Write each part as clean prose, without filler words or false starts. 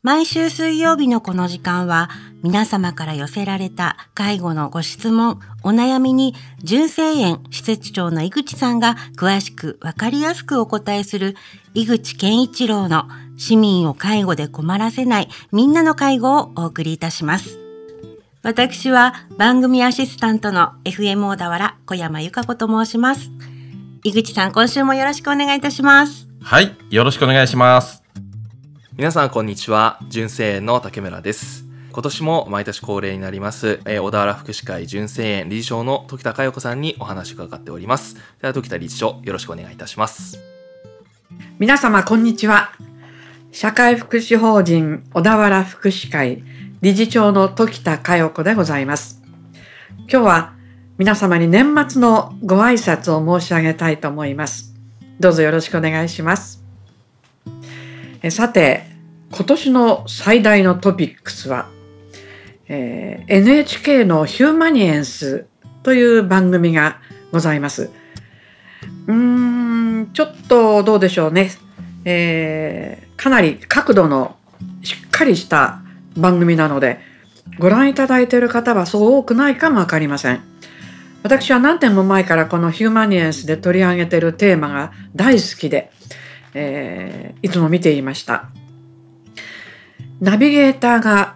毎週水曜日のこの時間は皆様から寄せられた介護のご質問、お悩みに純正園施設長の井口さんが詳しくわかりやすくお答えする井口健一郎の市民を介護で困らせないみんなの介護をお送りいたします。私は番組アシスタントの FM 小田原小山由香子と申します。井口さん、今週もよろしくお願いいたします。 はい、よろしくお願いします。 皆さんこんにちは、純正園の竹村です。今年も毎年恒例になります小田原福祉会純正園理事長の時田佳代子さんにお話を伺っております。では時田理事長、よろしくお願いいたします。 皆様こんにちは。社会福祉法人小田原福祉会理事長の時田佳代子でございます。今日は皆様に年末のご挨拶を申し上げたいと思います。どうぞよろしくお願いします。さて、今年の最大のトピックスは、NHK のヒューマニエンスという番組がございます。ちょっとどうでしょうね。かなり角度のしっかりした番組なので、ご覧いただいている方はそう多くないかもわかりません。私は何年も前からこのヒューマニエンスで取り上げているテーマが大好きで、いつも見ていました。ナビゲーターが、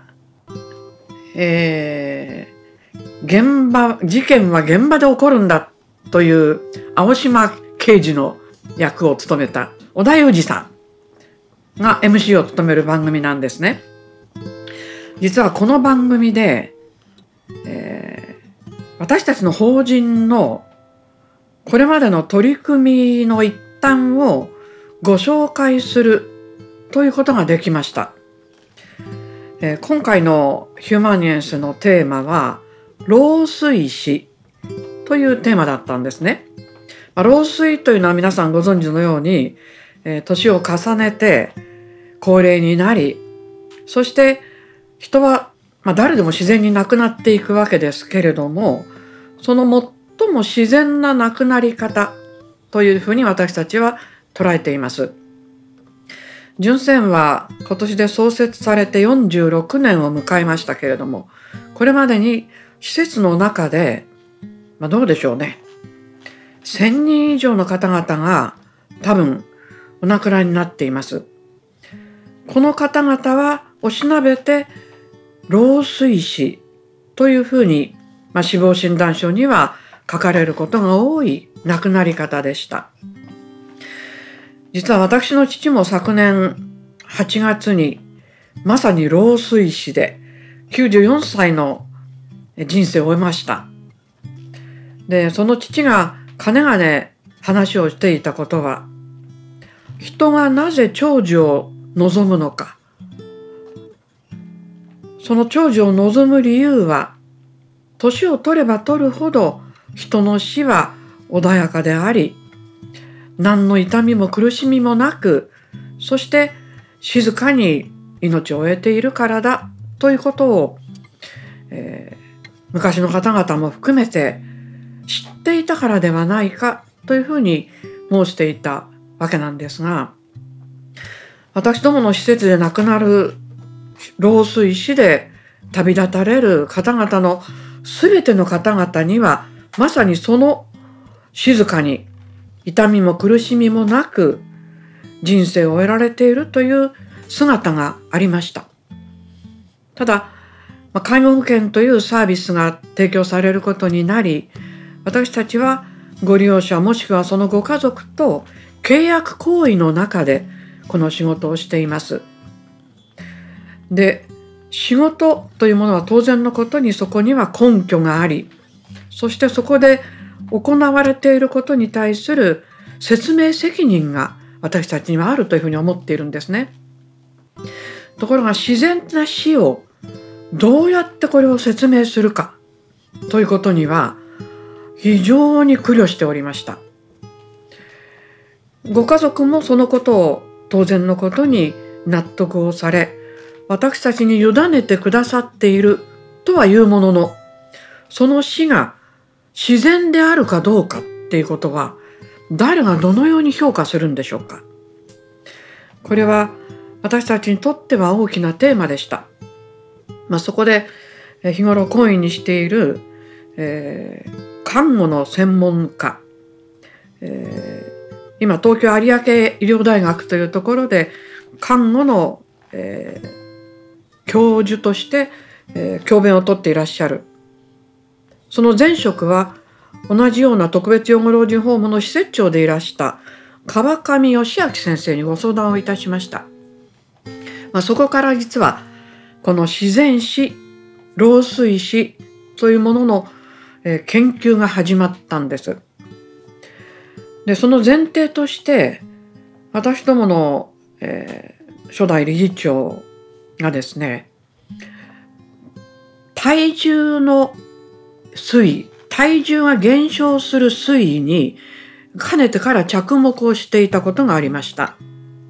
事件は現場で起こるんだという青島刑事の役を務めた織田裕二さんが MC を務める番組なんですね。実はこの番組で、私たちの法人のこれまでの取り組みの一端をご紹介するということができました。今回のヒューマニエンスのテーマは老衰死というテーマだったんですね。老衰というのは皆さんご存知のように、年を重ねて高齢になり、そして人は、誰でも自然に亡くなっていくわけですけれども、その最も自然な亡くなり方というふうに私たちは捉えています。純正園は今年で創設されて46年を迎えましたけれども、これまでに施設の中で、どうでしょうね、1000人以上の方々が多分お亡くなりになっています。この方々はおしなべて老衰死というふうに、死亡診断書には書かれることが多い亡くなり方でした。実は私の父も昨年8月にまさに老衰死で94歳の人生を終えました。で、その父がかねがね話をしていたことは、人がなぜ長寿を望むのか、その長寿を望む理由は、年を取れば取るほど人の死は穏やかであり、何の痛みも苦しみもなく、そして静かに命を終えているからだということを、昔の方々も含めて知っていたからではないかというふうに申していたわけなんですが、私どもの施設で亡くなる老衰死で旅立たれる方々のすべての方々には、まさにその静かに痛みも苦しみもなく人生を終えられているという姿がありました。ただ、介護保険というサービスが提供されることになり、私たちはご利用者もしくはそのご家族と契約行為の中でこの仕事をしています。で、仕事というものは当然のことにそこには根拠があり、そしてそこで行われていることに対する説明責任が私たちにはあるというふうに思っているんですね。ところが自然な死をどうやってこれを説明するかということには非常に苦慮しておりました。ご家族もそのことを当然のことに納得をされ、私たちに委ねてくださっているとはいうものの、その死が自然であるかどうかっていうことは誰がどのように評価するんでしょうか。これは私たちにとっては大きなテーマでした。そこで日頃懇意にしている、看護の専門家、今東京有明医療大学というところで看護の、教授として、教鞭をとっていらっしゃる。その前職は同じような特別養護老人ホームの施設長でいらした川上義明先生にご相談をいたしました。そこから実はこの自然死、老衰死というものの、研究が始まったんです。で、その前提として私どもの、初代理事長がですね、体重の推移、体重が減少する推移にかねてから着目をしていたことがありました。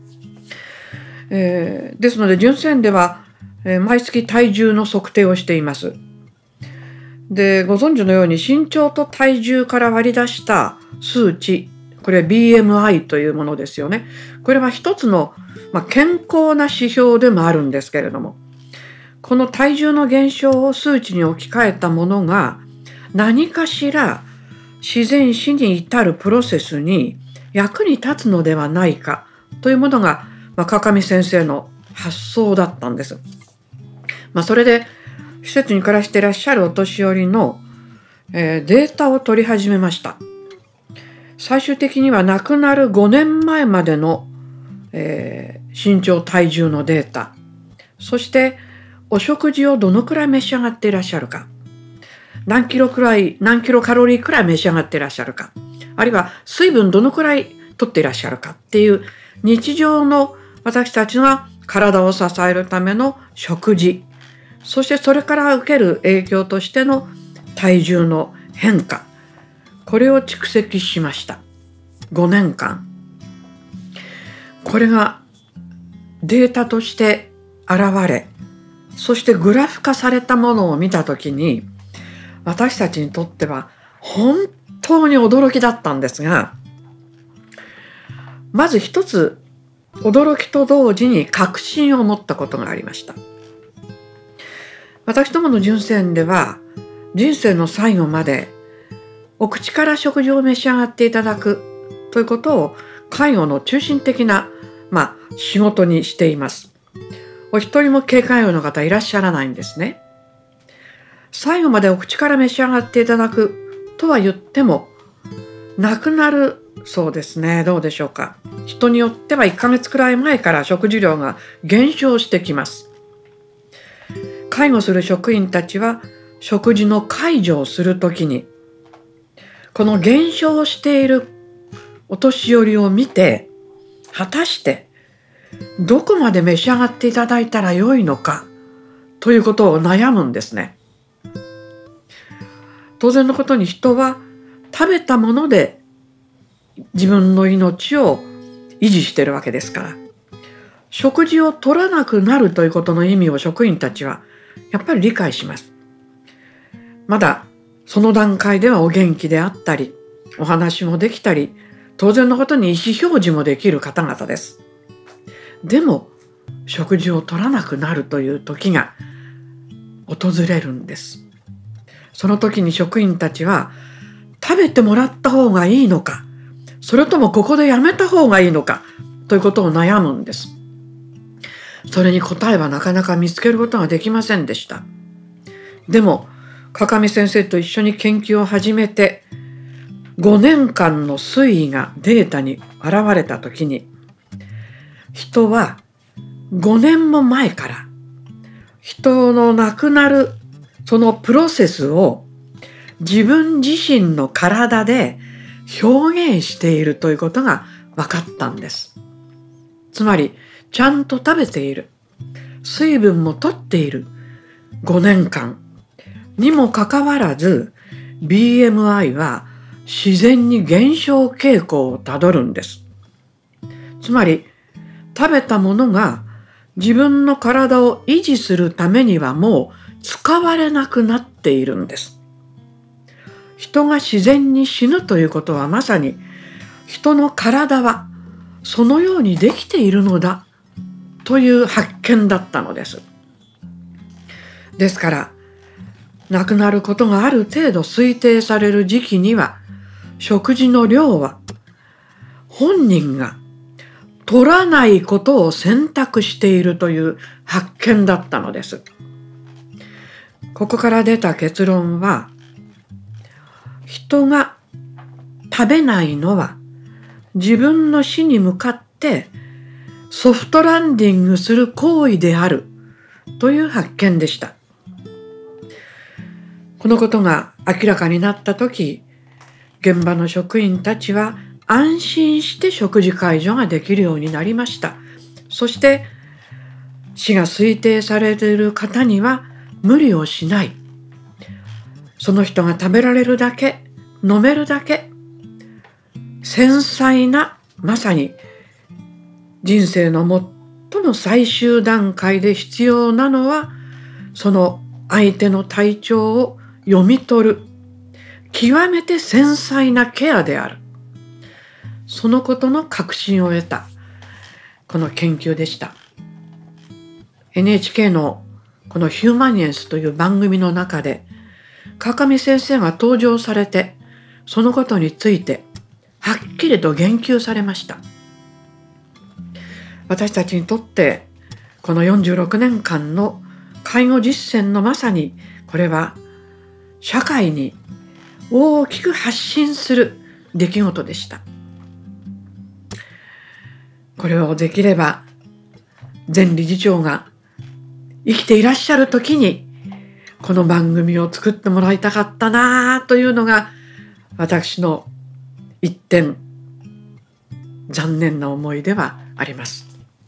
ですので純正園では、毎月体重の測定をしています。で、ご存知のように身長と体重から割り出した数値、これは BMI というものですよね。これは一つの、健康な指標でもあるんですけれども、この体重の減少を数値に置き換えたものが何かしら自然死に至るプロセスに役に立つのではないかというものが、川上先生の発想だったんです。それで施設に暮らしていらっしゃるお年寄りの、データを取り始めました。最終的には亡くなる5年前までの、身長体重のデータ、そしてお食事をどのくらい召し上がっていらっしゃるか、何キロカロリーくらい召し上がっていらっしゃるか、あるいは水分どのくらい取っていらっしゃるかっていう日常の私たちが体を支えるための食事、そしてそれから受ける影響としての体重の変化、これを蓄積しました。5年間。これがデータとして現れ、そしてグラフ化されたものを見たときに、私たちにとっては本当に驚きだったんですが、まず一つ驚きと同時に確信を持ったことがありました。私どもの純正園では人生の最後までお口から食事を召し上がっていただくということを介護の中心的な、仕事にしています。お一人も経過用の方いらっしゃらないんですね。最後までお口から召し上がっていただくとは言っても、亡くなる、そうですね、どうでしょうか。人によっては1ヶ月くらい前から食事量が減少してきます。介護する職員たちは食事の介助をするときに、この減少しているお年寄りを見て、果たしてどこまで召し上がっていただいたらよいのかということを悩むんですね。当然のことに人は食べたもので自分の命を維持しているわけですから、食事を取らなくなるということの意味を職員たちはやっぱり理解します。まだその段階ではお元気であったり、お話もできたり、当然のことに意思表示もできる方々です。でも食事を取らなくなるという時が訪れるんです。その時に職員たちは食べてもらった方がいいのか、それともここでやめた方がいいのかということを悩むんです。それに答えはなかなか見つけることができませんでした。でも川上先生と一緒に研究を始めて5年間の推移がデータに現れた時に、人は5年も前から人の亡くなるそのプロセスを自分自身の体で表現しているということが分かったんです。つまりちゃんと食べている、水分も取っている5年間にもかかわらず BMI は自然に減少傾向をたどるんです。つまり食べたものが自分の体を維持するためにはもう使われなくなっているんです。人が自然に死ぬということはまさに人の体はそのようにできているのだという発見だったのです。ですから亡くなることがある程度推定される時期には食事の量は本人が取らないことを選択しているという発見だったのです。ここから出た結論は、人が食べないのは自分の死に向かってソフトランディングする行為であるという発見でした。このことが明らかになったとき、現場の職員たちは安心して食事介助ができるようになりました。そして死が推定されている方には無理をしない。その人が食べられるだけ、飲めるだけ、繊細な、まさに人生の最も最終段階で必要なのは、その相手の体調を読み取る極めて繊細なケアである。そのことの確信を得たこの研究でした。 NHK のこのヒューマニエンスという番組の中で川上先生が登場されて、そのことについてはっきりと言及されました。私たちにとってこの46年間の介護実践のまさにこれは社会に大きく発信する出来事でした。これをできれば前理事長が生きていらっしゃる時にこの番組を作ってもらいたかったなというのが私の一点残念な思いではあります。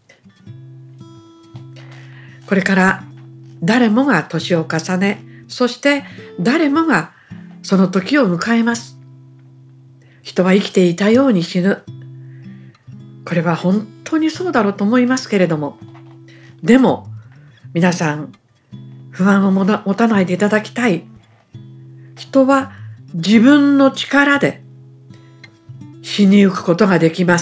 これから誰もが年を重ね、そして誰もがその時を迎えます。人は生きていたように死ぬ。これは本当にそうだろうと思いますけれども、でも皆さん不安を持たないでいただきたい。人は自分の力で死にゆくことができます。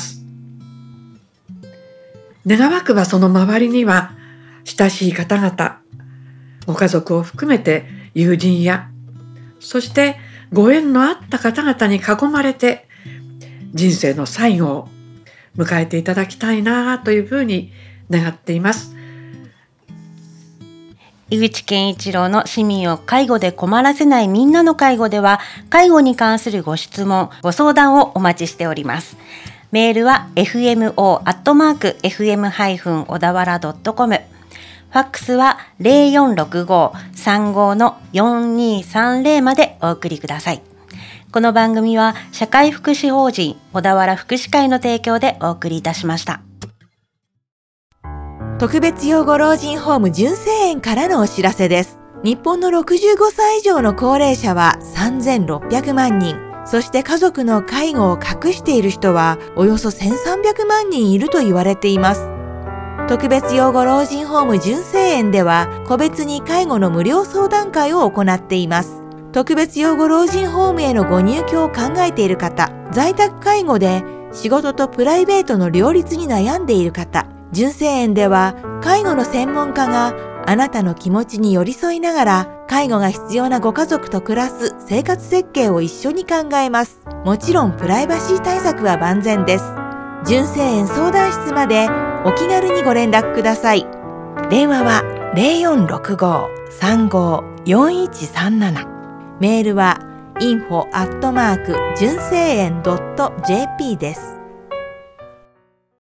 願わくばその周りには親しい方々、ご家族を含めて友人や、そしてご縁のあった方々に囲まれて人生の最後を迎えていただきたいなというふうに願っています。 井口健一郎の市民を介護で困らせないみんなの介護では、介護に関するご質問、ご相談をお待ちしております。メールは fmo@fm-odawara.com、ファックスは 0465-35-4230 までお送りください。この番組は社会福祉法人小田原福祉会の提供でお送りいたしました。 特別養護老人ホーム純正園からのお知らせです。日本の65歳以上の高齢者は3600万人、そして家族の介護を隠している人はおよそ1300万人いると言われています。特別養護老人ホーム純正園では個別に介護の無料相談会を行っています。特別養護老人ホームへのご入居を考えている方、在宅介護で仕事とプライベートの両立に悩んでいる方、純正園では介護の専門家があなたの気持ちに寄り添いながら介護が必要なご家族と暮らす生活設計を一緒に考えます。もちろんプライバシー対策は万全です。純正園相談室までお気軽にご連絡ください。電話は 0465-35-4137、メールはinfo@純正園.jp です。